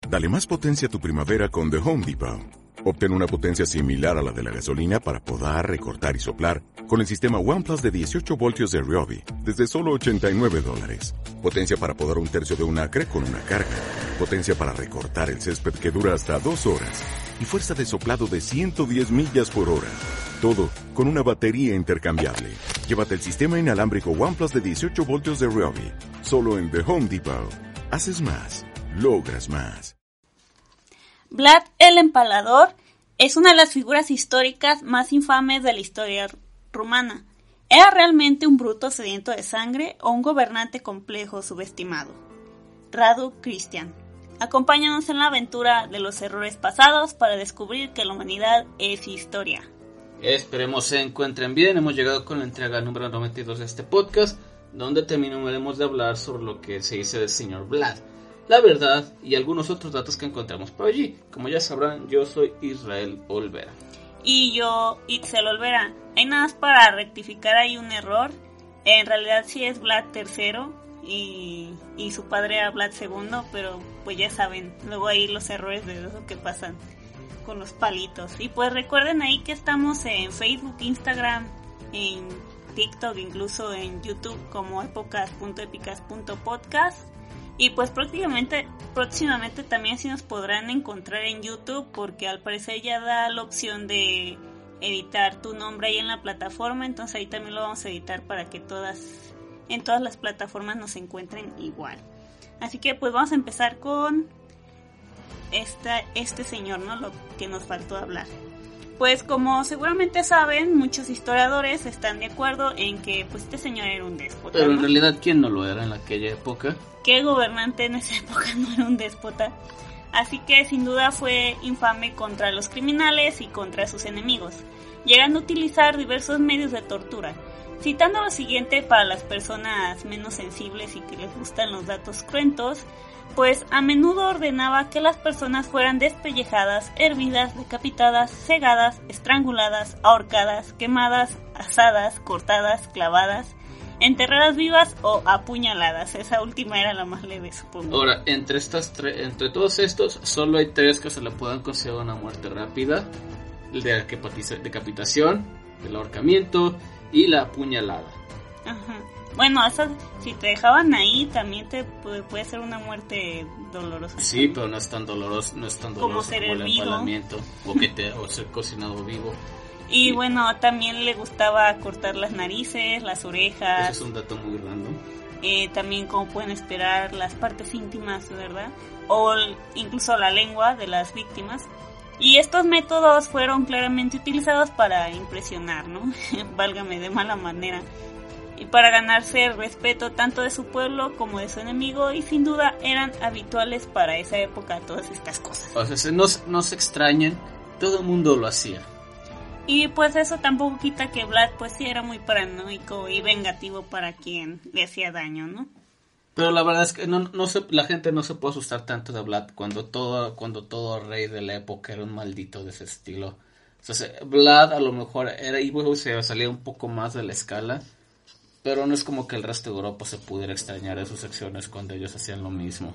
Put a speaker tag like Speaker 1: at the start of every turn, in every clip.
Speaker 1: Dale más potencia a tu primavera con The Home Depot. Obtén una potencia similar a la de la gasolina para podar, recortar y soplar con el sistema OnePlus de 18 voltios de Ryobi desde solo $89. Potencia para podar un tercio de un acre con una carga. Potencia para recortar el césped que dura hasta 2 horas. Y fuerza de soplado de 110 millas por hora. Todo con una batería intercambiable. Llévate el sistema inalámbrico OnePlus de 18 voltios de Ryobi. Solo en The Home Depot. Haces más. Logras más.
Speaker 2: Vlad el Empalador es una de las figuras históricas más infames de la historia rumana. ¿Era realmente un bruto sediento de sangre o un gobernante complejo subestimado? Radu Cristian, acompáñanos en la aventura de los errores pasados para descubrir que la humanidad es historia.
Speaker 3: Esperemos se encuentren bien. Hemos llegado con la entrega número 92 de este podcast, donde terminaremos de hablar sobre lo que se dice del señor Vlad, la verdad y algunos otros datos que encontramos por allí. Como ya sabrán, yo soy Israel Olvera.
Speaker 2: Y yo, Itzel Olvera. Hay nada más para rectificar, hay un error. En realidad sí es Vlad III y su padre era Vlad II, pero pues ya saben, luego ahí los errores de lo que pasan con los palitos. Y pues recuerden ahí que estamos en Facebook, Instagram, en TikTok, incluso en YouTube como épocas.épicas.podcast. Y pues próximamente también sí nos podrán encontrar en YouTube, porque al parecer ya da la opción de editar tu nombre ahí en la plataforma, entonces ahí también lo vamos a editar para que en todas las plataformas nos encuentren igual. Así que pues vamos a empezar con este señor, ¿no? Lo que nos faltó hablar. Pues como seguramente saben, muchos historiadores están de acuerdo en que pues este señor era un déspota,
Speaker 3: Pero en
Speaker 2: ¿no?
Speaker 3: realidad, ¿quién no lo era en aquella época?
Speaker 2: ¿Qué gobernante en esa época no era un déspota? Así que sin duda fue infame contra los criminales y contra sus enemigos, llegando a utilizar diversos medios de tortura. Citando lo siguiente para las personas menos sensibles y que les gustan los datos cruentos, pues a menudo ordenaba que las personas fueran despellejadas, hervidas, decapitadas, cegadas, estranguladas, ahorcadas, quemadas, asadas, cortadas, clavadas, enterradas vivas o apuñaladas. Esa última era la más leve, supongo.
Speaker 3: Ahora, entre todos estos, solo hay 3 que se le puedan considerar una muerte rápida: el de la decapitación, el ahorcamiento y la apuñalada.
Speaker 2: Ajá. Bueno, esas, si te dejaban ahí, también te puede ser una muerte dolorosa.
Speaker 3: Sí, pero no es tan doloroso,
Speaker 2: como ser
Speaker 3: el
Speaker 2: hervido,
Speaker 3: empalamiento o ser cocinado vivo.
Speaker 2: Y bueno, también le gustaba cortar las narices, las orejas.
Speaker 3: Eso es un dato muy random.
Speaker 2: También, como pueden esperar, las partes íntimas, ¿verdad? O incluso la lengua de las víctimas. Y estos métodos fueron claramente utilizados para impresionar, ¿no? Válgame, de mala manera. Y para ganarse el respeto tanto de su pueblo como de su enemigo, y sin duda eran habituales para esa época todas estas cosas.
Speaker 3: O sea, no se extrañen, todo el mundo lo hacía.
Speaker 2: Y pues eso tampoco quita que Vlad pues sí era muy paranoico y vengativo para quien le hacía daño, ¿no?
Speaker 3: Pero la verdad es que la gente no se puede asustar tanto de Vlad cuando todo rey de la época era un maldito de ese estilo. O sea, Vlad a lo mejor se salía un poco más de la escala, pero no es como que el resto de Europa se pudiera extrañar de sus acciones cuando ellos hacían lo mismo.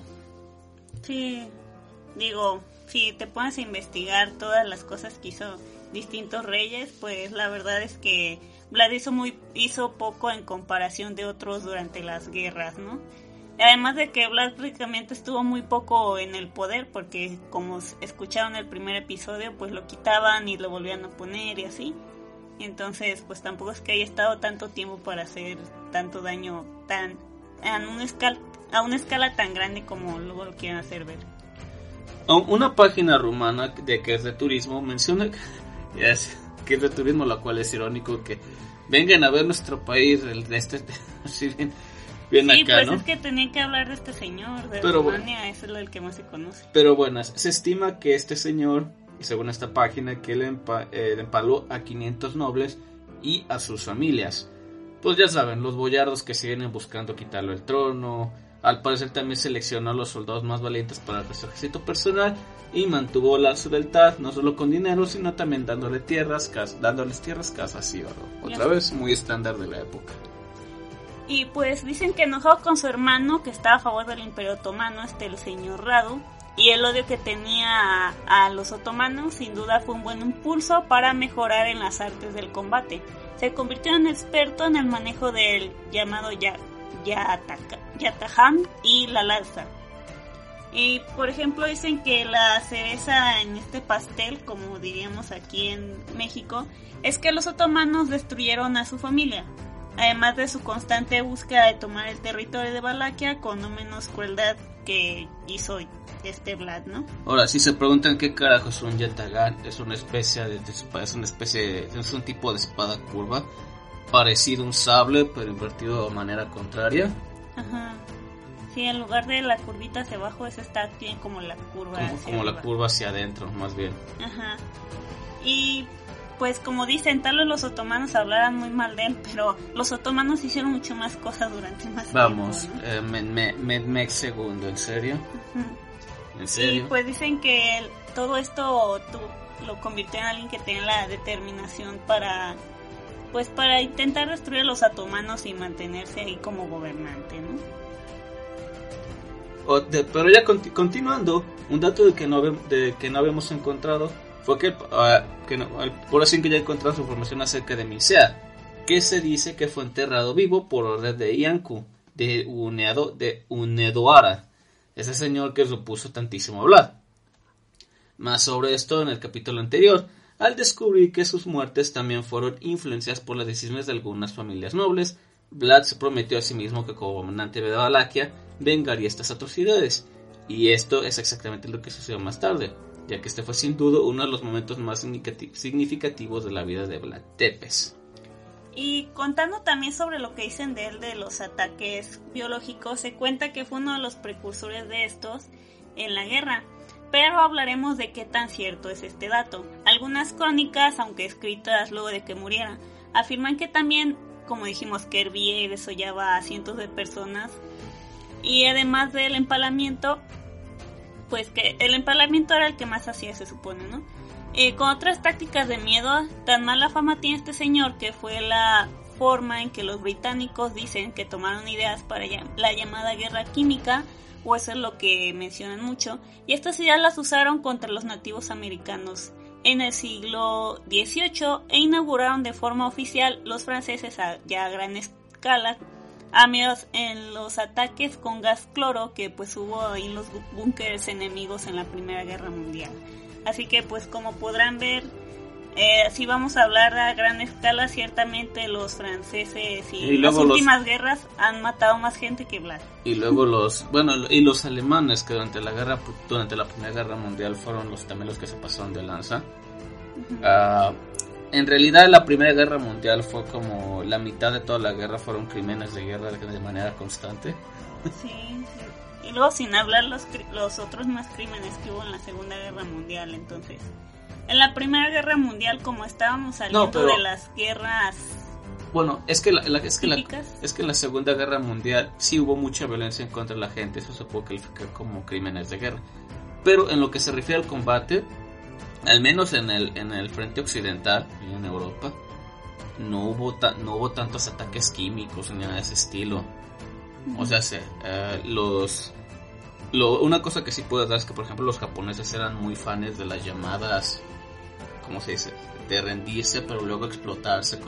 Speaker 2: Sí, digo, si te pones a investigar todas las cosas que hizo distintos reyes, pues la verdad es que Vlad hizo poco en comparación de otros durante las guerras, ¿no? Además de que Vlad prácticamente estuvo muy poco en el poder, porque como escucharon el primer episodio, pues lo quitaban y lo volvían a poner y así. Entonces, pues tampoco es que haya estado tanto tiempo para hacer tanto daño a una escala tan grande como luego lo quieren hacer ver.
Speaker 3: Una página rumana que es de turismo menciona que es de turismo, lo cual es irónico que vengan a ver nuestro país, así bien
Speaker 2: sí,
Speaker 3: acá,
Speaker 2: pues
Speaker 3: ¿no?
Speaker 2: es que tenían que hablar de este señor de
Speaker 3: Pero
Speaker 2: Rumania, bueno, ese es el que más se conoce.
Speaker 3: Pero bueno, se estima que este señor, según esta página, que le empaló a 500 nobles y a sus familias. Pues ya saben, los boyardos que siguen buscando quitarle el trono. Al parecer también seleccionó a los soldados más valientes para su ejército personal y mantuvo su lealtad, no solo con dinero, sino también dándoles tierras, casas y oro. Otra vez, muy estándar de la época.
Speaker 2: Y pues dicen que enojado con su hermano, que estaba a favor del Imperio Otomano, el señor Radu, y el odio que tenía a los otomanos sin duda fue un buen impulso para mejorar en las artes del combate. Se convirtió en experto en el manejo del llamado Yataghan y la lanza. Y por ejemplo dicen que la cereza en este pastel, como diríamos aquí en México, es que los otomanos destruyeron a su familia, además de su constante búsqueda de tomar el territorio de Valaquia con no menos crueldad que hizo Vlad, ¿no?
Speaker 3: Ahora, si se preguntan qué carajo es un Yataghan, es un tipo de espada curva, parecido a un sable, pero invertido de manera contraria.
Speaker 2: Ajá. Sí, en lugar de la curvita hacia abajo, tiene como la curva
Speaker 3: como la curva hacia adentro, más bien.
Speaker 2: Ajá. Y pues como dicen, tal vez los otomanos hablaran muy mal de él, pero los otomanos hicieron mucho más cosas durante más tiempo, ¿no?
Speaker 3: Mex segundo, ¿en serio?
Speaker 2: Uh-huh.
Speaker 3: ¿En serio?
Speaker 2: Y pues dicen que todo esto lo convirtió en alguien que tenía la determinación para intentar destruir a los otomanos y mantenerse ahí como gobernante, ¿no?
Speaker 3: Pero ya continuando, un dato que no habíamos encontrado fue que por así que ya encontramos información acerca de Mircea, que se dice que fue enterrado vivo por orden de Iancu de Unedoara, ese señor que supuso tantísimo hablar. Más sobre esto en el capítulo anterior, al descubrir que sus muertes también fueron influenciadas por las decisiones de algunas familias nobles. Vlad se prometió a sí mismo que como gobernante de Valaquia vengaría estas atrocidades, y esto es exactamente lo que sucedió más tarde, ya que este fue sin duda uno de los momentos más significativos de la vida de Vlad Tepes.
Speaker 2: Y contando también sobre lo que dicen de él de los ataques biológicos, se cuenta que fue uno de los precursores de estos en la guerra, pero hablaremos de qué tan cierto es este dato. Algunas crónicas, aunque escritas luego de que muriera, afirman que también, como dijimos, que hervía y desollaba a cientos de personas, y además del empalamiento, pues que el empalamiento era el que más hacía, se supone, ¿no? Con otras tácticas de miedo, tan mala fama tiene este señor que fue la forma en que los británicos dicen que tomaron ideas para la llamada guerra química, o eso es lo que mencionan mucho, y estas ideas las usaron contra los nativos americanos en el siglo XVIII e inauguraron de forma oficial los franceses ya a gran escala, amigos en los ataques con gas cloro que pues hubo en los búnkeres enemigos en la Primera Guerra Mundial. Así que pues como podrán ver, si vamos a hablar a gran escala, ciertamente los franceses y las últimas guerras han matado más gente que Vlad.
Speaker 3: Y luego los alemanes, que durante la Primera Guerra Mundial fueron también los que se pasaron de lanza. Uh-huh. En realidad la Primera Guerra Mundial fue como la mitad de toda la guerra fueron crímenes de guerra de manera constante.
Speaker 2: Sí. Y luego sin hablar los otros más crímenes que hubo en la Segunda Guerra Mundial. Entonces, en la Primera Guerra Mundial, como estábamos saliendo de las guerras...
Speaker 3: Bueno, es que en la Segunda Guerra Mundial sí hubo mucha violencia en contra de la gente. Eso se puede calificar como crímenes de guerra. Pero en lo que se refiere al combate, al menos en el frente occidental y en Europa, no hubo tantos ataques químicos ni nada de ese estilo. O sea, una cosa que sí puedo dar es que, por ejemplo, los japoneses eran muy fans de las llamadas, ¿cómo se dice? De rendirse, pero luego explotarse.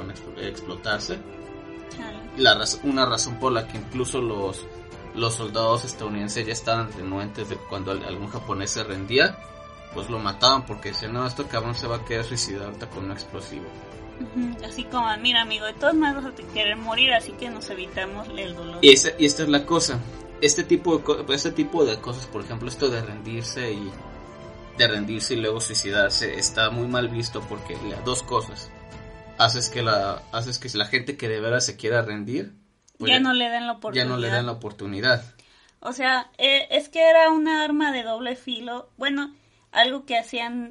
Speaker 3: Una razón por la que incluso los soldados estadounidenses ya estaban renuentes de que cuando algún japonés se rendía, pues lo mataban porque decían, no, este cabrón se va a quedar suicidado ahorita con un explosivo.
Speaker 2: Así como, mira amigo, de todos modos vas a querer morir, así que nos evitamos el dolor.
Speaker 3: Y esta es la cosa, este tipo de cosas, por ejemplo, esto de rendirse y luego suicidarse, está muy mal visto porque dos cosas: haces que la gente que de veras se quiera rendir, pues
Speaker 2: ya no le den la oportunidad. O sea, es que era una arma de doble filo. Bueno, algo que hacían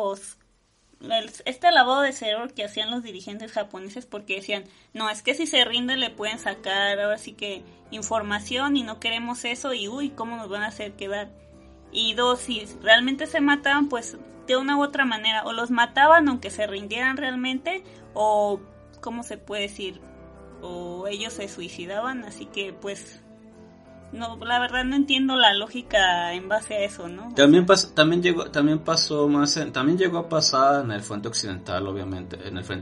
Speaker 2: este lavado de cerebro que hacían los dirigentes japoneses, porque decían, no, es que si se rinde le pueden sacar ahora sí que información y no queremos eso, y uy, ¿cómo nos van a hacer quedar? Y dos, si realmente se mataban, pues de una u otra manera, o los mataban aunque se rindieran realmente, o ¿cómo se puede decir? O ellos se suicidaban, así que pues No, la verdad no entiendo la lógica en base a eso, ¿no?
Speaker 3: También llegó a pasar en el frente occidental, obviamente,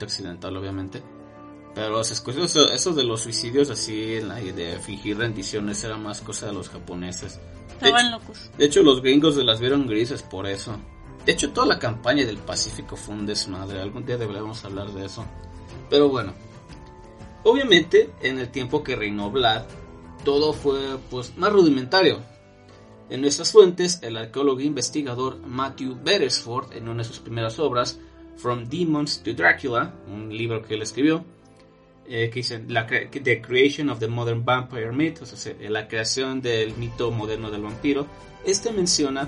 Speaker 3: pero eso de los suicidios así, de fingir rendiciones, era más cosa de los japoneses.
Speaker 2: Estaban locos.
Speaker 3: De hecho, los gringos se las vieron grises por eso. De hecho, toda la campaña del Pacífico fue un desmadre. Algún día deberíamos hablar de eso. Pero bueno, obviamente, en el tiempo que reinó Vlad, todo fue pues más rudimentario. En nuestras fuentes, el arqueólogo e investigador Matthew Beresford, en una de sus primeras obras, From Demons to Dracula, un libro que él escribió, que dice The Creation of the Modern Vampire Myth, o sea, la creación del mito moderno del vampiro, menciona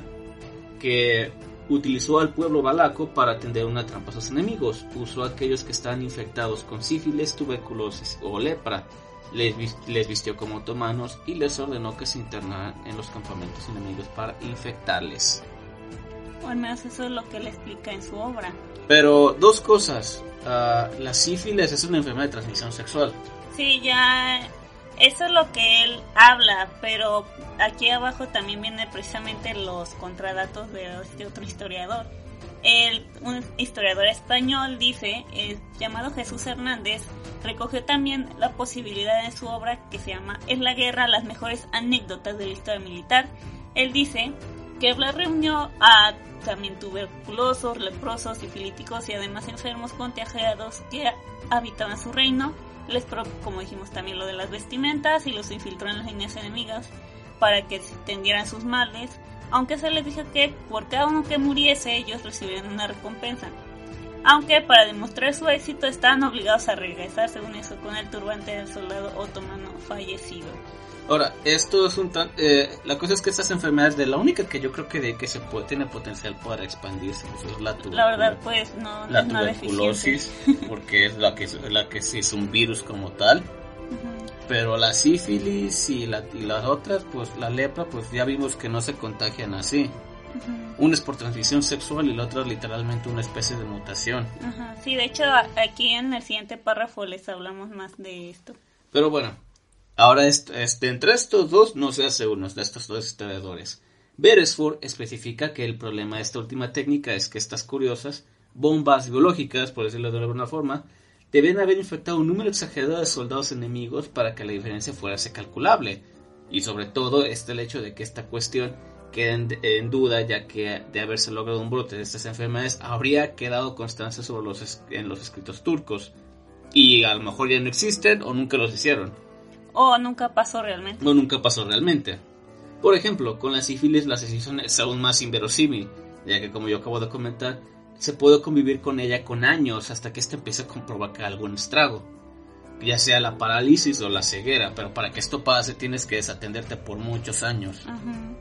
Speaker 3: que utilizó al pueblo valaco para atender una trampa a sus enemigos. Usó a aquellos que estaban infectados con sífilis, tuberculosis o lepra, les vistió como otomanos y les ordenó que se internaran en los campamentos enemigos para infectarles.
Speaker 2: O al menos eso es lo que él explica en su obra.
Speaker 3: Pero dos cosas. La sífilis es una enfermedad de transmisión sexual.
Speaker 2: Sí, ya eso es lo que él habla, pero aquí abajo también vienen precisamente los contradatos de otro historiador. Un historiador español dice, llamado Jesús Hernández, recogió también la posibilidad en su obra que se llama Es la guerra, las mejores anécdotas de la historia militar. Él dice que Vlad reunió a también tuberculosos, leprosos, sifilíticos y además enfermos contagiados que habitaban su reino. Les como dijimos también lo de las vestimentas y los infiltró en las líneas enemigas para que tendieran sus males, aunque se les dijo que por cada uno que muriese ellos recibirían una recompensa. Aunque para demostrar su éxito estaban obligados a regresar, según eso, con el turbante del soldado otomano fallecido.
Speaker 3: Ahora, esto es la cosa es que estas enfermedades, de la única que yo creo que tiene potencial para expandirse, pues es la
Speaker 2: verdad, pues no
Speaker 3: la
Speaker 2: es
Speaker 3: tuberculosis, porque es la que sí es un virus como tal. Uh-huh. Pero la sífilis y las otras, pues la lepra, pues ya vimos que no se contagian así. Uh-huh. Una es por transmisión sexual y la otra es literalmente una especie de mutación.
Speaker 2: Uh-huh. Sí, de hecho aquí en el siguiente párrafo les hablamos más de esto.
Speaker 3: Pero bueno, ahora entre estos dos no se hace uno de estos dos historiadores. Beresford especifica que el problema de esta última técnica es que estas curiosas bombas biológicas, por decirlo de alguna forma, deben haber infectado un número exagerado de soldados enemigos para que la diferencia fuese calculable. Y sobre todo el hecho de que esta cuestión quede en duda, ya que de haberse logrado un brote de estas enfermedades habría quedado constancia en los escritos turcos. Y a lo mejor ya no existen o nunca los hicieron.
Speaker 2: O nunca pasó realmente.
Speaker 3: Por ejemplo, con la sífilis la situación es aún más inverosímil, ya que como yo acabo de comentar, se puede convivir con ella con años hasta que ésta empiece a provocar algún estrago, ya sea la parálisis o la ceguera, pero para que esto pase tienes que desatenderte por muchos años. Uh-huh.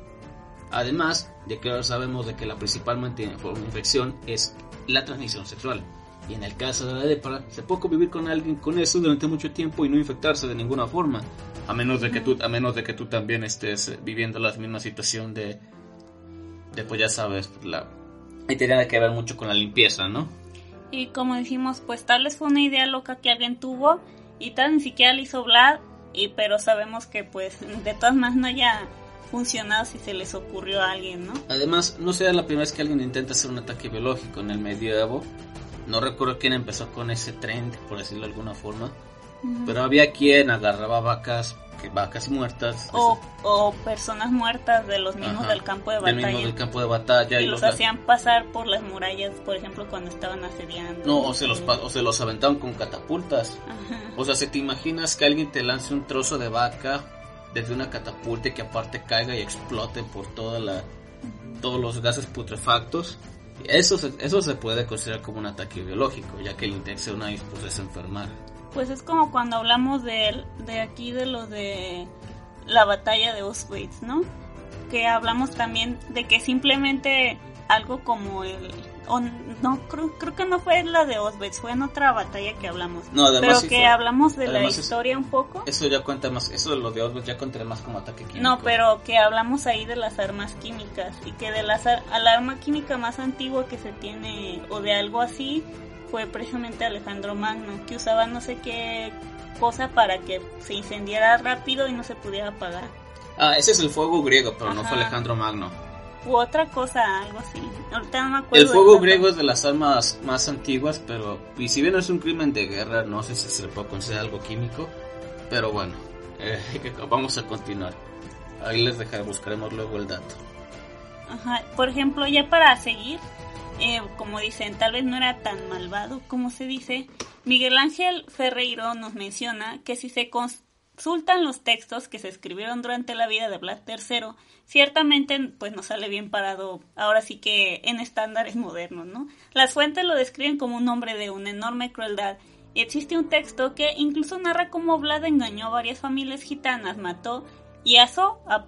Speaker 3: Además de que ahora sabemos de que la principal forma de infección es la transmisión sexual. Y en el caso de la lepra, se puede convivir con alguien con eso durante mucho tiempo y no infectarse de ninguna forma, a menos de que tú también estés viviendo la misma situación de pues ya sabes, ahí tenía que ver mucho con la limpieza, ¿no?
Speaker 2: Y como dijimos, pues tal vez fue una idea loca que alguien tuvo y tal ni siquiera le hizo Vlad, pero sabemos que pues de todas maneras no haya funcionado si se les ocurrió a alguien, ¿no?
Speaker 3: Además, no será la primera vez que alguien intenta hacer un ataque biológico en el medievo. No recuerdo quién empezó con ese trend, por decirlo de alguna forma. Uh-huh. Pero había quien agarraba vacas muertas.
Speaker 2: O personas muertas de los mismos del campo de batalla.
Speaker 3: Del campo de batalla.
Speaker 2: Y los hacían pasar por las murallas, por ejemplo, cuando estaban asediando.
Speaker 3: No, o se los aventaban con catapultas. Uh-huh. O sea, si te imaginas que alguien te lance un trozo de vaca desde una catapulta y que aparte caiga y explote por todos los gases putrefactos. Eso se puede considerar como un ataque biológico, ya que la intención ahí pues, es enfermar.
Speaker 2: Pues es como cuando hablamos de aquí de lo de la batalla de Auschwitz, ¿no? Que hablamos también de que simplemente algo como creo que no fue la de Auschwitz, fue en otra batalla que hablamos.
Speaker 3: No, además
Speaker 2: pero que hablamos de la historia un poco.
Speaker 3: Eso ya cuenta más, eso de lo de Auschwitz ya cuenta más como ataque químico.
Speaker 2: No, pero que hablamos ahí de las armas químicas y que de la arma química más antigua que se tiene o de algo así fue precisamente Alejandro Magno, que usaba no sé qué cosa para que se incendiara rápido y no se pudiera apagar.
Speaker 3: Ese es el fuego griego, pero
Speaker 2: Ajá.
Speaker 3: no fue Alejandro Magno.
Speaker 2: U otra cosa, algo así. Ahorita no me acuerdo.
Speaker 3: El fuego
Speaker 2: del
Speaker 3: griego
Speaker 2: dato.
Speaker 3: es de las armas más antiguas, pero y si bien no es un crimen de guerra, no sé si se le puede considerar algo químico, pero bueno, vamos a continuar. Ahí les dejaré, buscaremos luego el dato.
Speaker 2: Ajá. Por ejemplo, ya para seguir, como dicen, tal vez no era tan malvado como se dice. Miguel Ángel Ferreiro nos menciona que si se consultan los textos que se escribieron durante la vida de Vlad III, ciertamente pues no sale bien parado, ahora sí que en estándares modernos, ¿no? Las fuentes lo describen como un hombre de una enorme crueldad, y existe un texto que incluso narra cómo Vlad engañó a varias familias gitanas, mató y asó a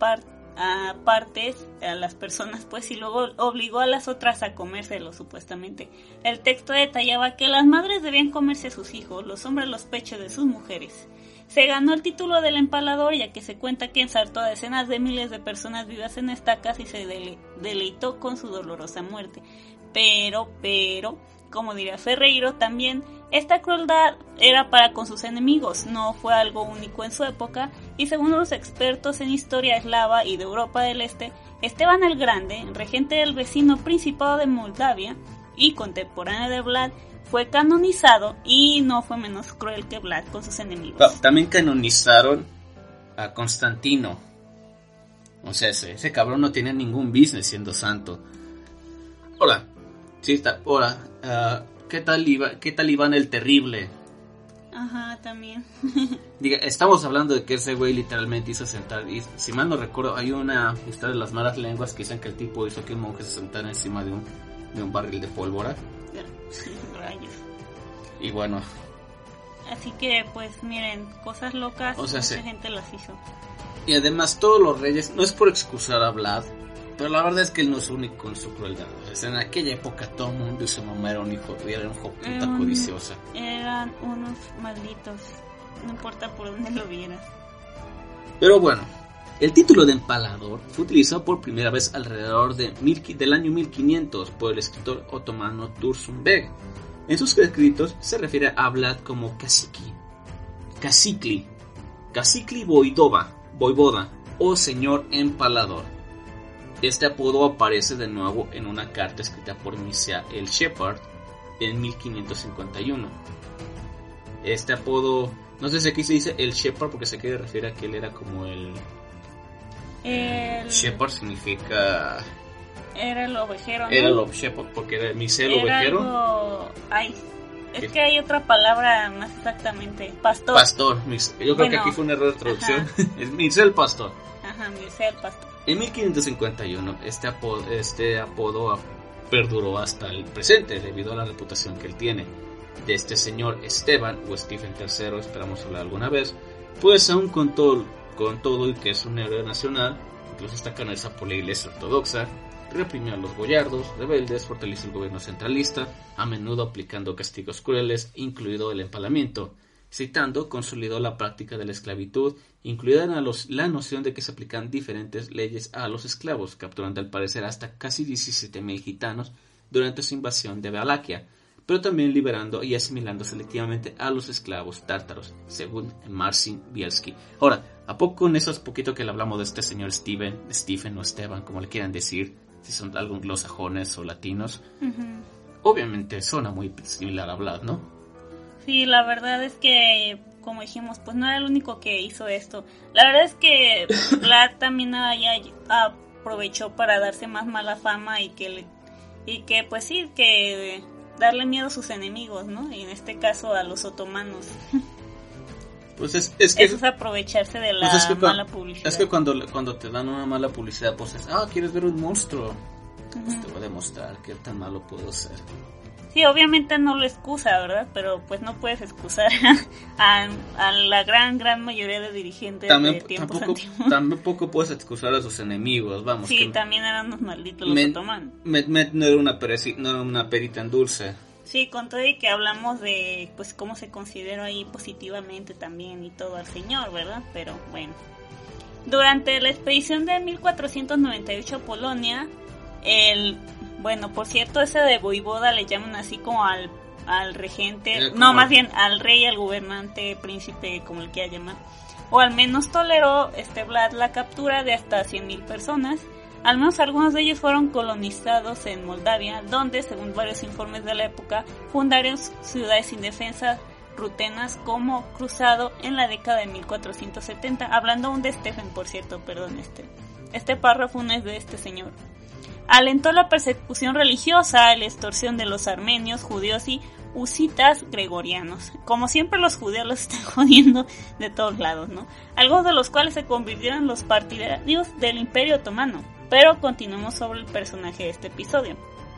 Speaker 2: partes a las personas, pues, y luego obligó a las otras a comérselo, supuestamente. El texto detallaba que las madres debían comerse a sus hijos, los hombres los pechos de sus mujeres. Se ganó el título del empalador, ya que se cuenta que ensartó a decenas de miles de personas vivas en estacas y se deleitó con su dolorosa muerte. Pero, como diría Ferreiro, también esta crueldad era para con sus enemigos, no fue algo único en su época, y según los expertos en historia eslava y de Europa del Este, Esteban el Grande, regente del vecino Principado de Moldavia y contemporáneo de Vlad, fue canonizado y no fue menos cruel que Vlad con sus enemigos.
Speaker 3: También canonizaron a Constantino. O sea, ese cabrón no tiene ningún business siendo santo. Hola. Sí, está. Hola. ¿Qué tal Iván el Terrible?
Speaker 2: Ajá, también.
Speaker 3: Diga, estamos hablando de que ese güey literalmente hizo sentar. Y si mal no recuerdo, hay una historia de las malas lenguas que dicen que el tipo hizo que un monje se sentara encima de un barril de pólvora.
Speaker 2: Rayos.
Speaker 3: Y bueno.
Speaker 2: Así que, pues miren, cosas locas,
Speaker 3: o sea,
Speaker 2: mucha gente las hizo.
Speaker 3: Y además todos los reyes, no es por excusar a Vlad, pero la verdad es que él no es único en su crueldad. O sea, en aquella época todo el mundo y su mamá era un hijo puta codiciosa.
Speaker 2: Eran unos malditos, no importa por dónde lo vieras.
Speaker 3: Pero bueno, el título de empalador fue utilizado por primera vez alrededor del año 1500 por el escritor otomano Dursun Beg. En sus escritos se refiere a Vlad como Cacique voivoda o señor empalador. Este apodo aparece de nuevo en una carta escrita por Mircea el Shepherd en 1551. Este apodo, no sé si aquí se dice el Shepherd porque se quiere refiere a que él era como el Shepherd significa...
Speaker 2: Era el ovejero, ¿no?
Speaker 3: Era el Shepherd porque era Mircea el ovejero.
Speaker 2: Algo... Ay, es que hay otra palabra más exactamente. Pastor.
Speaker 3: Yo creo que aquí fue un error de traducción. Es Mircea el Pastor.
Speaker 2: Ajá, Mircea el Pastor.
Speaker 3: En 1551 este apodo perduró hasta el presente debido a la reputación que él tiene. De este señor Esteban o Stephen III, esperamos hablar alguna vez, pues aún con todo y que es un héroe nacional, incluso está canonizado por la Iglesia Ortodoxa, reprimió a los boyardos, rebeldes, fortaleció el gobierno centralista, a menudo aplicando castigos crueles, incluido el empalamiento. Citando, consolidó la práctica de la esclavitud, incluida la noción de que se aplican diferentes leyes a los esclavos, capturando al parecer hasta casi 17.000 gitanos durante su invasión de Valaquia, pero también liberando y asimilando selectivamente a los esclavos tártaros, según Marcin Bielski. Ahora, ¿a poco con eso es poquito que le hablamos de este señor Stephen o Esteban, como le quieran decir, si son algo anglosajones o latinos?
Speaker 2: Uh-huh.
Speaker 3: Obviamente suena muy similar a Vlad, ¿no?
Speaker 2: Sí, la verdad es que, como dijimos, pues no era el único que hizo esto. La verdad es que Vlad también aprovechó para darse más mala fama y que pues sí, que darle miedo a sus enemigos, ¿no? Y en este caso a los otomanos.
Speaker 3: Pues es que
Speaker 2: eso es aprovecharse de la mala publicidad.
Speaker 3: Es que cuando te dan una mala publicidad, pues es, ¿quieres ver un monstruo? Pues te voy a demostrar qué tan malo puedo ser.
Speaker 2: Sí, obviamente no lo excusa, ¿verdad? Pero pues no puedes excusar a la gran mayoría de dirigentes de tiempos antiguos.
Speaker 3: Tampoco puedes excusar a sus enemigos, vamos.
Speaker 2: Sí, también eran unos malditos los otomanos.
Speaker 3: No era una perita en dulce.
Speaker 2: Sí, con todo y que hablamos de pues cómo se consideró ahí positivamente también y todo al señor, ¿verdad? Pero bueno. Durante la expedición de 1498 a Polonia, bueno, por cierto, ese de voivoda le llaman así como al regente, más bien al rey, al gobernante, príncipe, como le quiera llamar. o al menos toleró Vlad la captura de hasta 100.000 personas. Al menos algunos de ellos fueron colonizados en Moldavia, donde, según varios informes de la época, fundaron ciudades indefensas rutenas como Cruzado en la década de 1470. Hablando aún de Stephen, por cierto, perdón, este párrafo no es de este señor. Alentó la persecución religiosa, la extorsión de los armenios, judíos y husitas gregorianos. Como siempre, los judíos los están jodiendo de todos lados, ¿no? Algunos de los cuales se convirtieron en los partidarios del Imperio Otomano. Pero continuemos sobre el personaje de este episodio.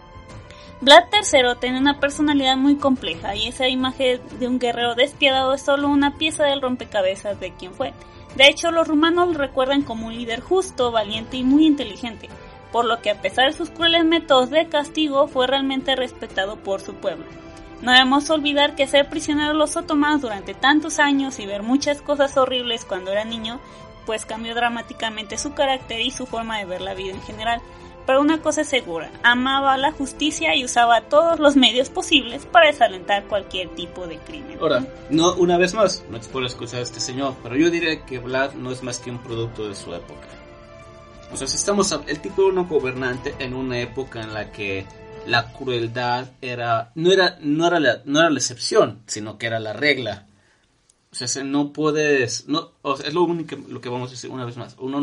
Speaker 2: Vlad III tenía una personalidad muy compleja, y esa imagen de un guerrero despiadado es solo una pieza del rompecabezas de quien fue. De hecho, los rumanos lo recuerdan como un líder justo, valiente y muy inteligente, por lo que a pesar de sus crueles métodos de castigo, fue realmente respetado por su pueblo. No debemos olvidar que ser prisionero de los otomanos durante tantos años y ver muchas cosas horribles cuando era niño, pues cambió dramáticamente su carácter y su forma de ver la vida en general. Pero una cosa es segura, amaba la justicia y usaba todos los medios posibles para desalentar cualquier tipo de crimen.
Speaker 3: Ahora, no, una vez más, no es por excusar a este señor, pero yo diría que Vlad no es más que un producto de su época. O sea, si estamos, el tipo era un gobernante en una época en la que la crueldad no era la excepción, sino que era la regla. O sea, no puedes, no, o sea, es lo que vamos a decir una vez más. Uno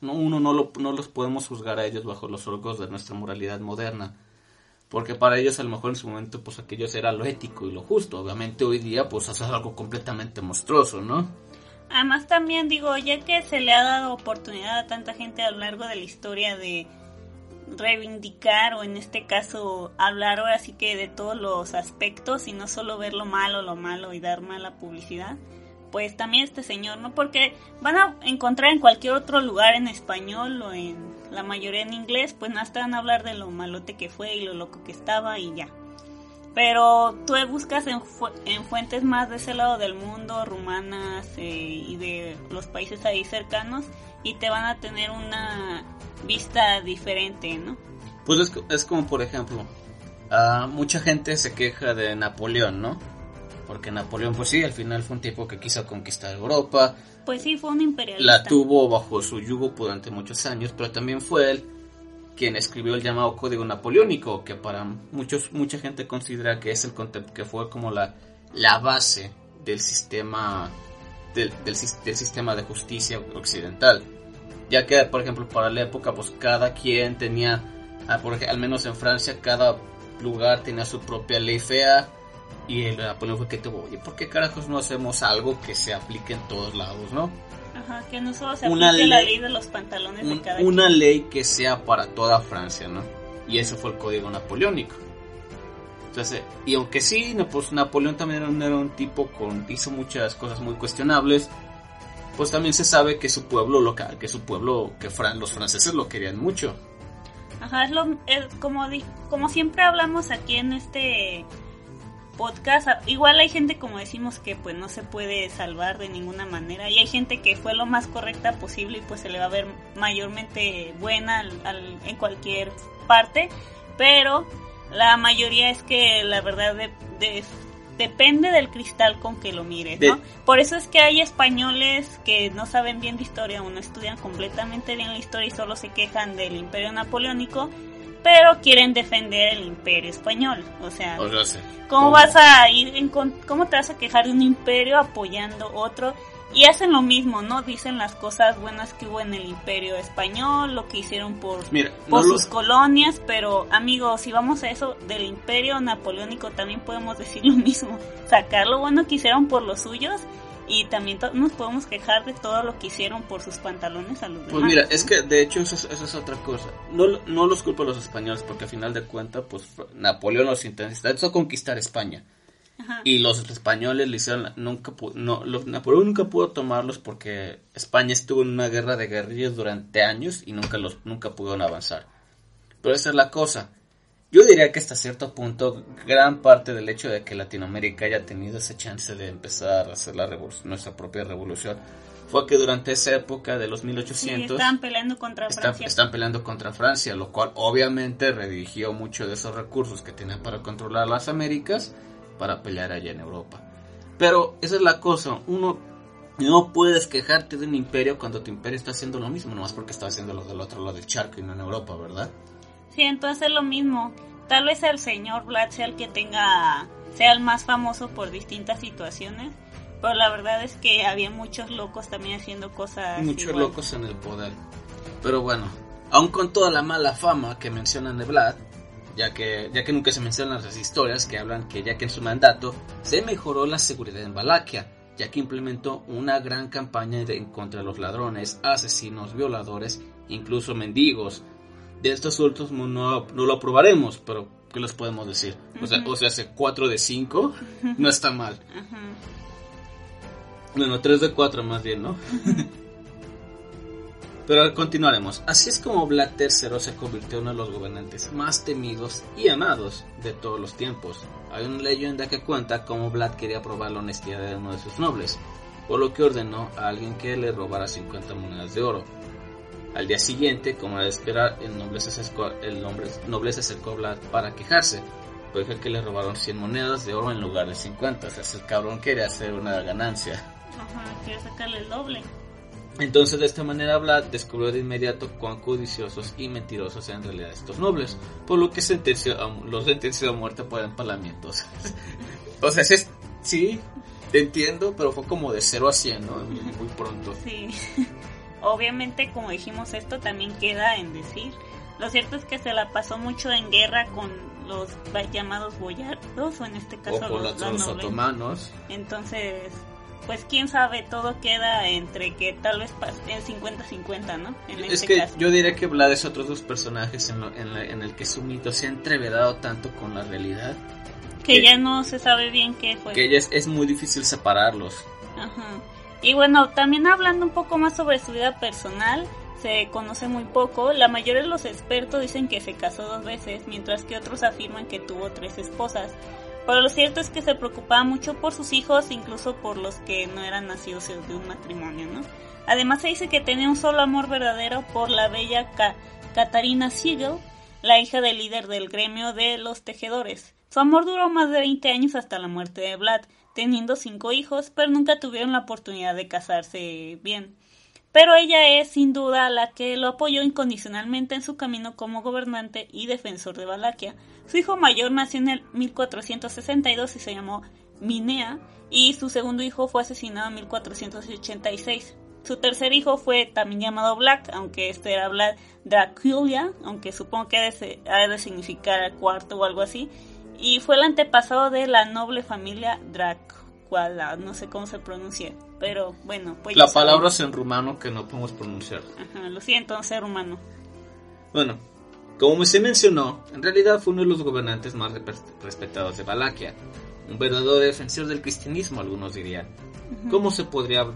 Speaker 3: no los podemos juzgar a ellos bajo los ojos de nuestra moralidad moderna, porque para ellos a lo mejor en su momento pues aquello era lo ético y lo justo. Obviamente hoy día pues es algo completamente monstruoso, ¿no?
Speaker 2: Además también digo, ya que se le ha dado oportunidad a tanta gente a lo largo de la historia de reivindicar, o en este caso hablar ahora sí que de todos los aspectos y no solo ver lo malo y dar mala publicidad, pues también este señor, ¿no? Porque van a encontrar en cualquier otro lugar en español o en la mayoría en inglés, pues no están a hablar de lo malote que fue y lo loco que estaba y ya. Pero tú buscas en fuentes más de ese lado del mundo, rumanas y de los países ahí cercanos, y te van a tener una vista diferente, ¿no?
Speaker 3: Pues es como, por ejemplo, mucha gente se queja de Napoleón, ¿no? Porque Napoleón, pues sí, al final fue un tipo que quiso conquistar Europa.
Speaker 2: Pues sí, fue un imperialista.
Speaker 3: La tuvo bajo su yugo durante muchos años, pero también fue él quien escribió el llamado Código Napoleónico, que para mucha gente considera que es que fue como la base del sistema del sistema de justicia occidental. Ya que, por ejemplo, para la época, pues cada quien tenía, al menos en Francia, cada lugar tenía su propia ley fea. Y el Napoleón fue que tuvo, oye, ¿por qué carajos no hacemos algo que se aplique en todos lados, no?
Speaker 2: Ajá, que no solo se aplique la ley de los pantalones de cada
Speaker 3: una
Speaker 2: quien.
Speaker 3: Ley que sea para toda Francia, ¿no? Y eso fue el Código Napoleónico. Entonces, y aunque sí, pues Napoleón también era un tipo hizo muchas cosas muy cuestionables, pues también se sabe que su pueblo local, los franceses lo querían mucho.
Speaker 2: Ajá, es como siempre hablamos aquí en este podcast. Igual hay gente, como decimos, que pues no se puede salvar de ninguna manera, y hay gente que fue lo más correcta posible y pues se le va a ver mayormente buena en cualquier parte, pero la mayoría es que la verdad depende del cristal con que lo mires, ¿no? Por eso es que hay españoles que no saben bien de historia o no estudian completamente bien la historia y solo se quejan del Imperio Napoleónico, pero quieren defender el Imperio Español. O sea, ¿cómo vas a cómo te vas a quejar de un imperio apoyando otro? Y hacen lo mismo, ¿no? Dicen las cosas buenas que hubo en el Imperio Español, lo que hicieron por sus colonias, pero amigos, si vamos a eso del Imperio Napoleónico, también podemos decir lo mismo, sacar lo bueno que hicieron por los suyos, y también nos podemos quejar de todo lo que hicieron por sus pantalones a los demás.
Speaker 3: Pues mira, es que de hecho eso es otra cosa. No los culpo a los españoles, porque al final de cuentas, pues Napoleón los intentó conquistar España. Ajá. Y los españoles le hicieron, Napoleón nunca pudo tomarlos porque España estuvo en una guerra de guerrillas durante años y nunca pudieron avanzar. Pero esa es la cosa. Yo diría que hasta cierto punto, gran parte del hecho de que Latinoamérica haya tenido esa chance de empezar a hacer nuestra propia revolución fue que durante esa época de los 1800
Speaker 2: estaban peleando contra Francia.
Speaker 3: Están peleando contra Francia, lo cual obviamente redirigió mucho de esos recursos que tenían para controlar las Américas para pelear allá en Europa. Pero esa es la cosa, No puedes quejarte de un imperio cuando tu imperio está haciendo lo mismo, nomás porque está haciendo lo del otro lado del charco y no en Europa, ¿verdad?
Speaker 2: Sí, entonces lo mismo. Tal vez el señor Vlad sea el que sea el más famoso por distintas situaciones, pero la verdad es que había muchos locos también haciendo cosas
Speaker 3: muchos
Speaker 2: igual.
Speaker 3: Locos en el poder. Pero bueno, aun con toda la mala fama que mencionan de Vlad, ya que nunca se mencionan las historias que hablan que ya que en su mandato se mejoró la seguridad en Valaquia, ya que implementó una gran campaña contra los ladrones, asesinos, violadores, incluso mendigos. De estos últimos no lo aprobaremos, pero ¿qué les podemos decir? O sea, hace 4 de 5, no está mal. Bueno, 3 de 4 más bien, ¿no? Pero continuaremos. Así es como Vlad III se convirtió en uno de los gobernantes más temidos y amados de todos los tiempos. Hay una leyenda que cuenta cómo Vlad quería probar la honestidad de uno de sus nobles, por lo que ordenó a alguien que le robara 50 monedas de oro. Al día siguiente, como era de esperar, el noble se acercó a Vlad para quejarse, pues dijo que le robaron 100 monedas de oro en lugar de 50. O sea, el cabrón quería hacer una ganancia.
Speaker 2: Ajá, quería sacarle el doble.
Speaker 3: Entonces, de esta manera, Vlad descubrió de inmediato cuán codiciosos y mentirosos eran en realidad estos nobles, por lo que los sentenció a muerte por empalamiento. O sea, sí, te entiendo, pero fue como de 0 a 100, ¿no? Muy pronto.
Speaker 2: Sí. Obviamente, como dijimos, esto también queda en decir. Lo cierto es que se la pasó mucho en guerra con los llamados boyardos, o en este caso
Speaker 3: o con los otomanos.
Speaker 2: Entonces, pues quién sabe, todo queda entre que tal vez en 50-50, ¿no?
Speaker 3: Es que caso. Yo diría que Vlad es otro de los personajes en el que su mito se ha entreverado tanto con la realidad
Speaker 2: que ya no se sabe bien qué fue.
Speaker 3: Que ya es muy difícil separarlos.
Speaker 2: Ajá. Y bueno, también hablando un poco más sobre su vida personal, se conoce muy poco. La mayoría de los expertos dicen que se casó 2 veces, mientras que otros afirman que tuvo 3 esposas. Pero lo cierto es que se preocupaba mucho por sus hijos, incluso por los que no eran nacidos de un matrimonio, ¿no? Además se dice que tenía un solo amor verdadero por la bella Katarina Siegel, la hija del líder del gremio de los tejedores. Su amor duró más de 20 años hasta la muerte de Vlad, teniendo 5 hijos, pero nunca tuvieron la oportunidad de casarse bien. Pero ella es sin duda la que lo apoyó incondicionalmente en su camino como gobernante y defensor de Valaquia. Su hijo mayor nació en el 1462 y se llamó Minea, y su segundo hijo fue asesinado en 1486. Su tercer hijo fue también llamado Vlad, aunque este era Vlad Draculia, aunque supongo que ha de significar cuarto o algo así, y fue el antepasado de la noble familia Dracuala, no sé cómo se pronuncia, pero bueno, pues
Speaker 3: la palabra es en rumano que no podemos pronunciar.
Speaker 2: Ajá, lo siento, no sé rumano.
Speaker 3: Bueno, como se mencionó, en realidad fue uno de los gobernantes más respetados de Valaquia, un verdadero defensor del cristianismo, algunos dirían. Uh-huh. ¿Cómo se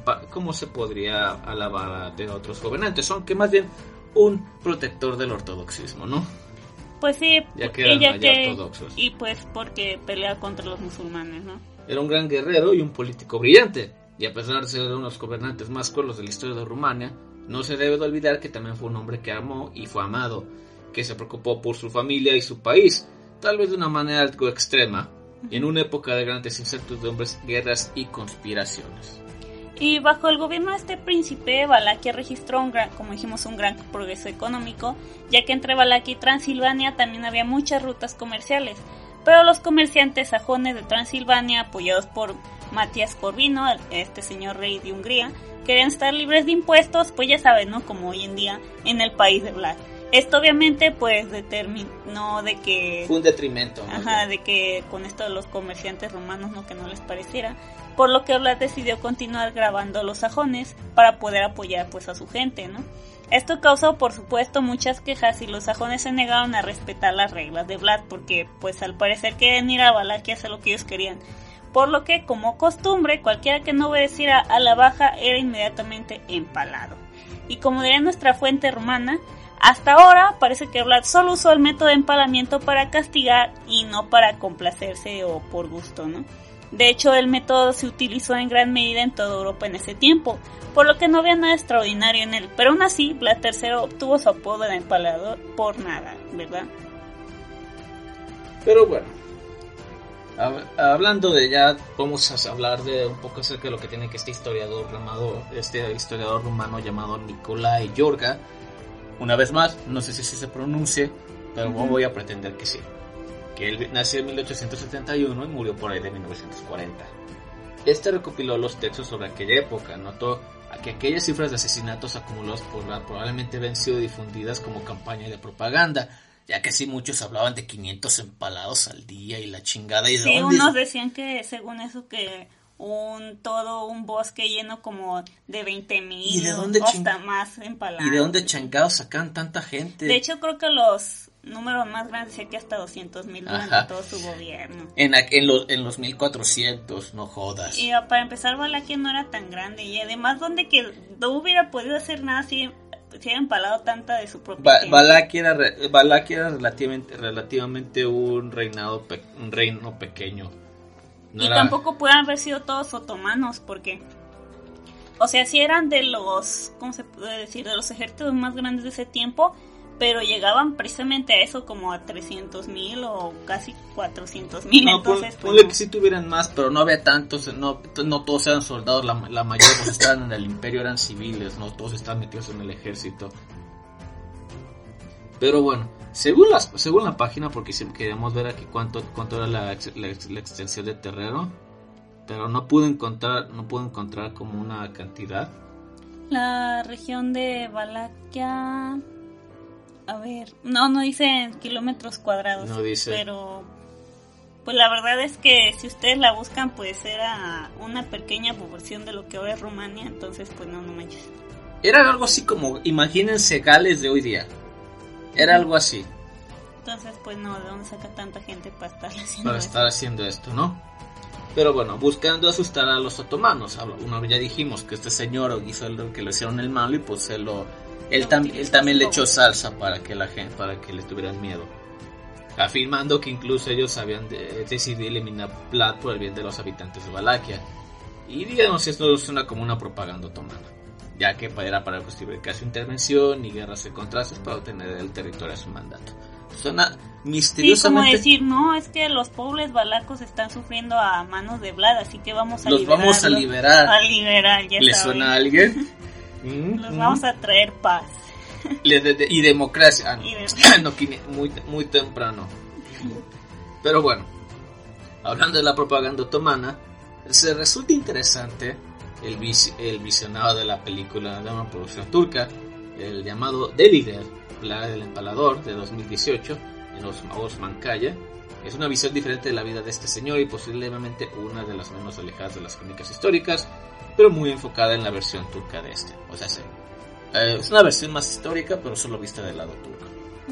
Speaker 3: podría alabar de otros gobernantes? Aunque más bien un protector del ortodoxismo, ¿no?
Speaker 2: Pues sí,
Speaker 3: ya que eran ortodoxos.
Speaker 2: Y pues porque pelea contra los musulmanes, ¿no?
Speaker 3: Era un gran guerrero y un político brillante, y a pesar de ser uno de los gobernantes más crueles de la historia de Rumania, no se debe de olvidar que también fue un hombre que amó y fue amado, que se preocupó por su familia y su país, tal vez de una manera algo extrema, y en una época de grandes incertidumbres, guerras y conspiraciones.
Speaker 2: Y bajo el gobierno de este príncipe, Valaquia registró un gran progreso económico, ya que entre Valaquia y Transilvania también había muchas rutas comerciales. Pero los comerciantes sajones de Transilvania, apoyados por Matías Corvino, este señor rey de Hungría, querían estar libres de impuestos, pues ya saben, ¿no? Como hoy en día en el país de Vlad. Esto obviamente pues determinó de que...
Speaker 3: Fue un detrimento, ¿no?
Speaker 2: Ajá, de que con esto de los comerciantes romanos, no, que no les pareciera, por lo que Vlad decidió continuar grabando a los sajones para poder apoyar pues a su gente, ¿no? Esto causó por supuesto muchas quejas y los sajones se negaron a respetar las reglas de Vlad porque pues al parecer querían ir a Valaquia a hacer lo que ellos querían. Por lo que, como costumbre, cualquiera que no obedeciera a la baja era inmediatamente empalado. Y como diría nuestra fuente romana, hasta ahora parece que Vlad solo usó el método de empalamiento para castigar y no para complacerse o por gusto, ¿no? De hecho, el método se utilizó en gran medida en toda Europa en ese tiempo, por lo que no había nada extraordinario en él. Pero aún así, Vlad III obtuvo su apodo de empalador por nada, ¿verdad?
Speaker 3: Pero bueno, Hablando de ya, vamos a hablar de un poco acerca de lo que tiene que este historiador rumano llamado Nicolae Iorga. Una vez más, no sé si se pronuncie, pero voy a pretender que sí. Que él nació en 1871 y murió por ahí de 1940. Este recopiló los textos sobre aquella época, notó que aquellas cifras de asesinatos acumulados probablemente habían sido difundidas como campaña de propaganda, ya que sí muchos hablaban de 500 empalados al día y la chingada. ¿Y
Speaker 2: sí, unos decían que según eso que todo un bosque lleno como de 20,000 o hasta más empalados.
Speaker 3: ¿Y de dónde chingados sacan tanta gente?
Speaker 2: De hecho creo que los números más grandes decían que hasta 200,000 durante todo su gobierno.
Speaker 3: En los 1400, no jodas.
Speaker 2: Y para empezar, Valaquia no era tan grande y además donde que no hubiera podido hacer nada si ha empalado tanta de su propia gente.
Speaker 3: Valaquia era relativamente un reino pequeño.
Speaker 2: No y era... tampoco pueden haber sido todos otomanos, porque, o sea, sí eran de los, ¿cómo se puede decir? De los ejércitos más grandes de ese tiempo, pero llegaban precisamente a eso como a 300,000 o casi 400,000.
Speaker 3: No, entonces, ponle que sí tuvieran más, pero no había tantos, no todos eran soldados, la mayoría pues estaban en el imperio, eran civiles, no todos estaban metidos en el ejército. Pero bueno, según la página, porque si queríamos ver aquí cuánto era la extensión de terreno, pero no pude encontrar como una cantidad.
Speaker 2: La región de Valaquia, a ver, no dice en kilómetros cuadrados,
Speaker 3: no dice,
Speaker 2: pero pues la verdad es que si ustedes la buscan, pues era una pequeña proporción de lo que ahora es Rumania, entonces pues no manches.
Speaker 3: Era algo así como, imagínense Gales de hoy día. Era algo así.
Speaker 2: Entonces, pues no, ¿de dónde saca tanta gente para
Speaker 3: estar haciendo esto, no? Pero bueno, buscando asustar a los otomanos. Ya dijimos que este señor hizo que le hicieron el malo y pues él también le echó salsa para que le tuvieran miedo. Afirmando que incluso ellos habían decidido eliminar Vlad por el bien de los habitantes de Valaquia. Y digamos, esto suena como una propaganda otomana, ya que era para justificar su intervención y guerras en contrastes para obtener el territorio a su mandato. Suena misteriosamente...
Speaker 2: Sí, como decir, no, es que los pobres valacos están sufriendo a manos de Vlad, así que vamos a
Speaker 3: liberar.
Speaker 2: Ya
Speaker 3: ¿Le suena a alguien?
Speaker 2: Los vamos a traer paz.
Speaker 3: Y democracia. No, muy temprano. Pero bueno, hablando de la propaganda otomana, se resulta interesante el visionado de la película de una producción turca, el llamado Delider, Vlad el Empalador, de 2018, en Osman Kaya. Es una visión diferente de la vida de este señor y posiblemente una de las menos alejadas de las crónicas históricas, pero muy enfocada en la versión turca de este. O sea, es una versión más histórica, pero solo vista del lado turco.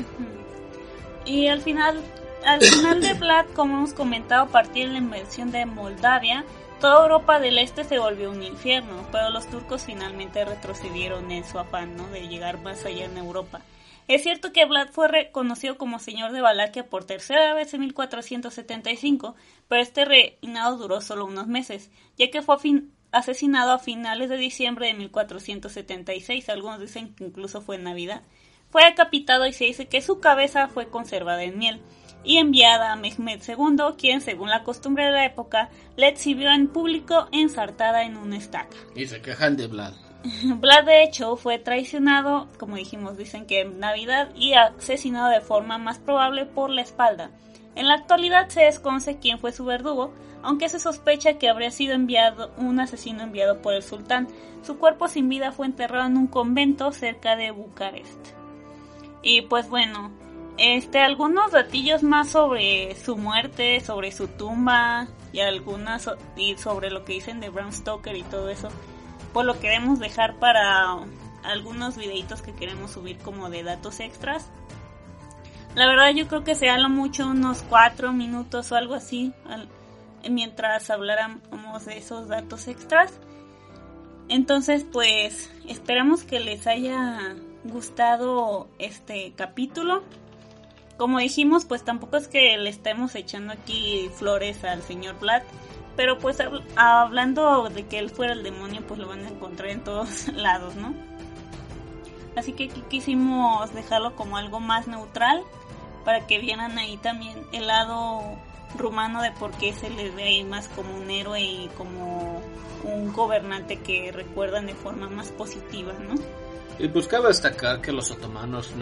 Speaker 2: Y al final de Vlad, como hemos comentado, a partir de la invasión de Moldavia, toda Europa del Este se volvió un infierno, pero los turcos finalmente retrocedieron en su afán, ¿no?, de llegar más allá en Europa. Es cierto que Vlad fue reconocido como señor de Valaquia por tercera vez en 1475, pero este reinado duró solo unos meses, ya que fue asesinado a finales de diciembre de 1476, algunos dicen que incluso fue en Navidad. Fue decapitado y se dice que su cabeza fue conservada en miel y enviada a Mehmed II, quien, según la costumbre de la época, la exhibió en público ensartada en una estaca.
Speaker 3: Y se quejan de Vlad.
Speaker 2: Vlad, de hecho, fue traicionado, como dijimos, dicen que en Navidad, y asesinado de forma más probable por la espalda. En la actualidad se desconoce quién fue su verdugo, aunque se sospecha que habría sido un asesino enviado por el sultán. Su cuerpo sin vida fue enterrado en un convento cerca de Bucarest. Y pues bueno, algunos datillos más sobre su muerte, sobre su tumba y sobre lo que dicen de Bram Stoker y todo eso, pues lo queremos dejar para algunos videitos que queremos subir como de datos extras. La verdad yo creo que se habla mucho, unos 4 minutos o algo así, mientras habláramos de esos datos extras. Entonces pues esperamos que les haya gustado este capítulo. Como dijimos, pues tampoco es que le estemos echando aquí flores al señor Vlad, pero pues hablando de que él fuera el demonio, pues lo van a encontrar en todos lados, ¿no? Así que aquí quisimos dejarlo como algo más neutral, para que vieran ahí también el lado rumano de por qué se le ve ahí más como un héroe y como un gobernante que recuerdan de forma más positiva, ¿no?
Speaker 3: Y pues cabe destacar que los otomanos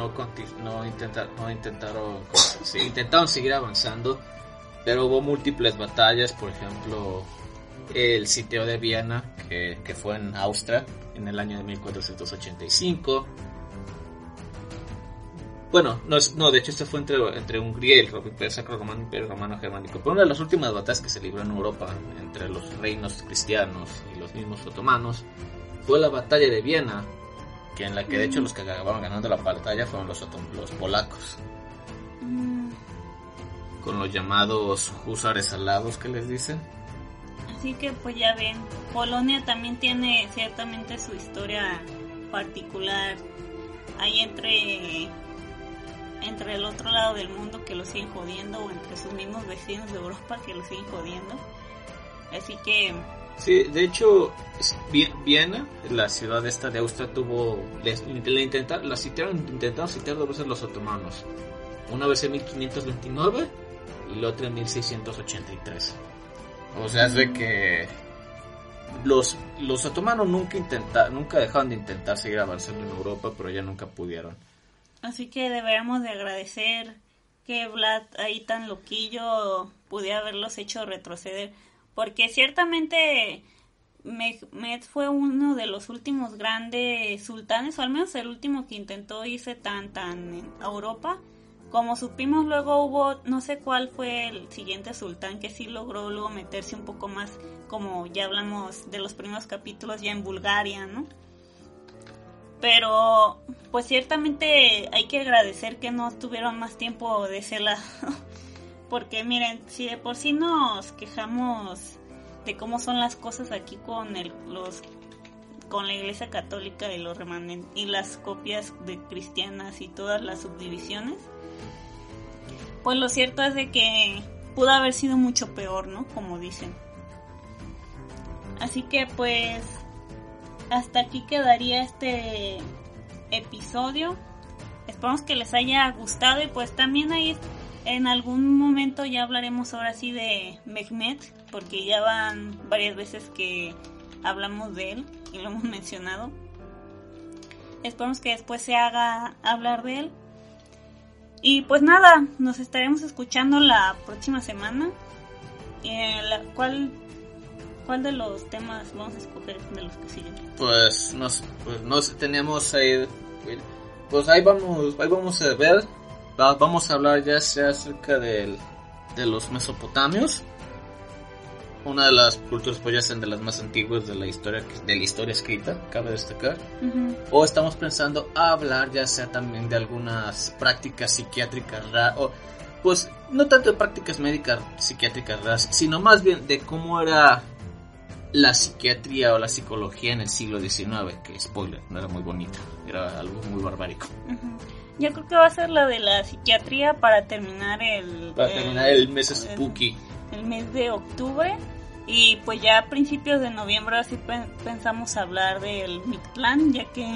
Speaker 3: intentaron seguir avanzando, pero hubo múltiples batallas, por ejemplo, el sitio de Viena, que fue en Austria en el año de 1485. Bueno, de hecho esto fue entre Hungría y el Imperio Sacro Romano, Imperio Romano Germánico. Pero una de las últimas batallas que se libró en Europa entre los reinos cristianos y los mismos otomanos fue la batalla de Viena, que en la que de hecho los que acabaron ganando la batalla fueron los polacos, con los llamados húsares alados que les dicen.
Speaker 2: Así que pues ya ven, Polonia también tiene ciertamente su historia particular ahí entre el otro lado del mundo que lo siguen jodiendo, o entre sus mismos vecinos de Europa que lo siguen jodiendo. Así que
Speaker 3: sí, de hecho Viena, la ciudad esta de Austria, intentaron sitiar 2 veces los otomanos, una vez en 1529 y la otra en 1683. O sea, es de que los otomanos nunca dejaron de intentar seguir avanzando en Europa, pero ya nunca pudieron.
Speaker 2: Así que deberíamos de agradecer que Vlad ahí tan loquillo pudiera haberlos hecho retroceder, porque ciertamente Mehmed fue uno de los últimos grandes sultanes, o al menos el último que intentó irse tan a Europa. Como supimos, luego hubo, no sé cuál fue el siguiente sultán que sí logró luego meterse un poco más, como ya hablamos de los primeros capítulos, ya en Bulgaria, ¿no? Pero pues ciertamente hay que agradecer que no tuvieron más tiempo de ese lado, porque miren, si de por sí nos quejamos de cómo son las cosas aquí con la Iglesia Católica y los remanentes y las copias de cristianas y todas las subdivisiones, pues lo cierto es de que pudo haber sido mucho peor, ¿no? Como dicen. Así que pues hasta aquí quedaría este episodio. Esperamos que les haya gustado, y pues también ahí en algún momento ya hablaremos ahora sí de Mehmed, porque ya van varias veces que hablamos de él y lo hemos mencionado. Esperamos que después se haga hablar de él. Y pues nada, nos estaremos escuchando la próxima semana. ¿Cuál de los temas vamos a escoger de los que siguen? Pues
Speaker 3: no sé, teníamos ahí, pues ahí vamos a ver. Vamos a hablar ya sea acerca de los mesopotamios, una de las culturas pues ya sean de las más antiguas de la historia escrita, cabe destacar. Uh-huh. O estamos pensando a hablar ya sea también de algunas prácticas psiquiátricas o pues no tanto de prácticas médicas psiquiátricas raras, sino más bien de cómo era la psiquiatría o la psicología en el siglo XIX, que spoiler, no era muy bonita, era algo muy barbárico.
Speaker 2: Uh-huh. Yo creo que va a ser la de la psiquiatría para terminar
Speaker 3: el mes spooky,
Speaker 2: el mes de octubre. Y pues ya a principios de noviembre así pensamos hablar del Mictlán, ya que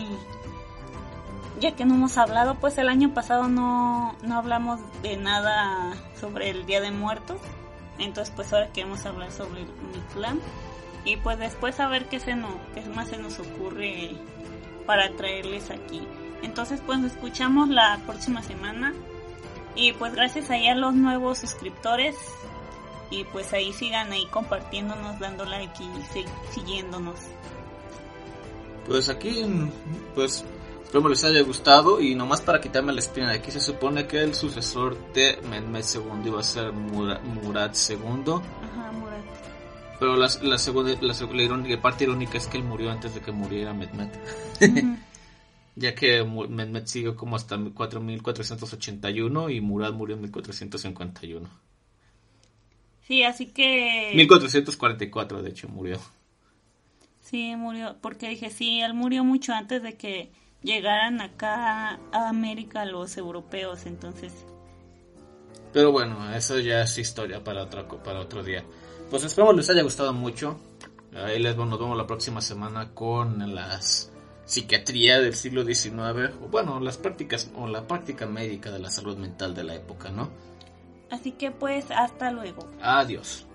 Speaker 2: no hemos hablado, pues el año pasado no hablamos de nada sobre el Día de Muertos. Entonces pues ahora queremos hablar sobre el Mictlán. Y pues después a ver qué más se nos ocurre para traerles aquí. Entonces pues nos escuchamos la próxima semana. Y pues gracias ahí a los nuevos suscriptores. Y pues ahí sigan ahí compartiéndonos, dando like y siguiéndonos.
Speaker 3: Pues aquí, pues espero les haya gustado. Y nomás para quitarme la espina de aquí, se supone que el sucesor de Mehmed II iba a ser Murad II.
Speaker 2: Ajá, Murad.
Speaker 3: Pero la parte irónica es que él murió antes de que muriera Mehmed. Uh-huh. Ya que Mehmed siguió como hasta 4481 y Murad murió en 1451.
Speaker 2: Sí, así que
Speaker 3: 1444 de hecho murió.
Speaker 2: Sí, murió, porque dije, sí, él murió mucho antes de que llegaran acá a América los europeos, entonces.
Speaker 3: Pero bueno, eso ya es historia para otro día. Pues esperamos les haya gustado mucho. Ahí nos vemos la próxima semana con las psiquiatría del siglo XIX, o bueno, las prácticas o la práctica médica de la salud mental de la época, ¿no?
Speaker 2: Así que pues hasta luego.
Speaker 3: Adiós.